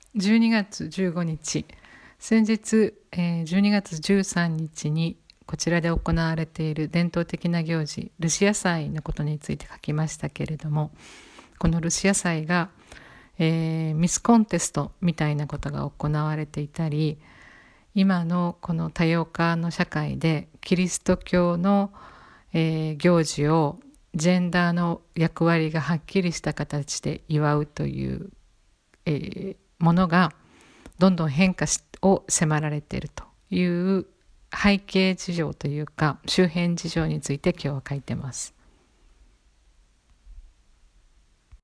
12月15日、先日、12月13日にこちらで行われている伝統的な行事、ルシア祭のことについて書きましたけれども、このルシア祭が、ミスコンテストみたいなことが行われていたり、今のこの多様化の社会でキリスト教の、行事をジェンダーの役割がはっきりした形で祝うという、ものがどんどん変化を迫られているという背景事情というか周辺事情について今日は書いてます。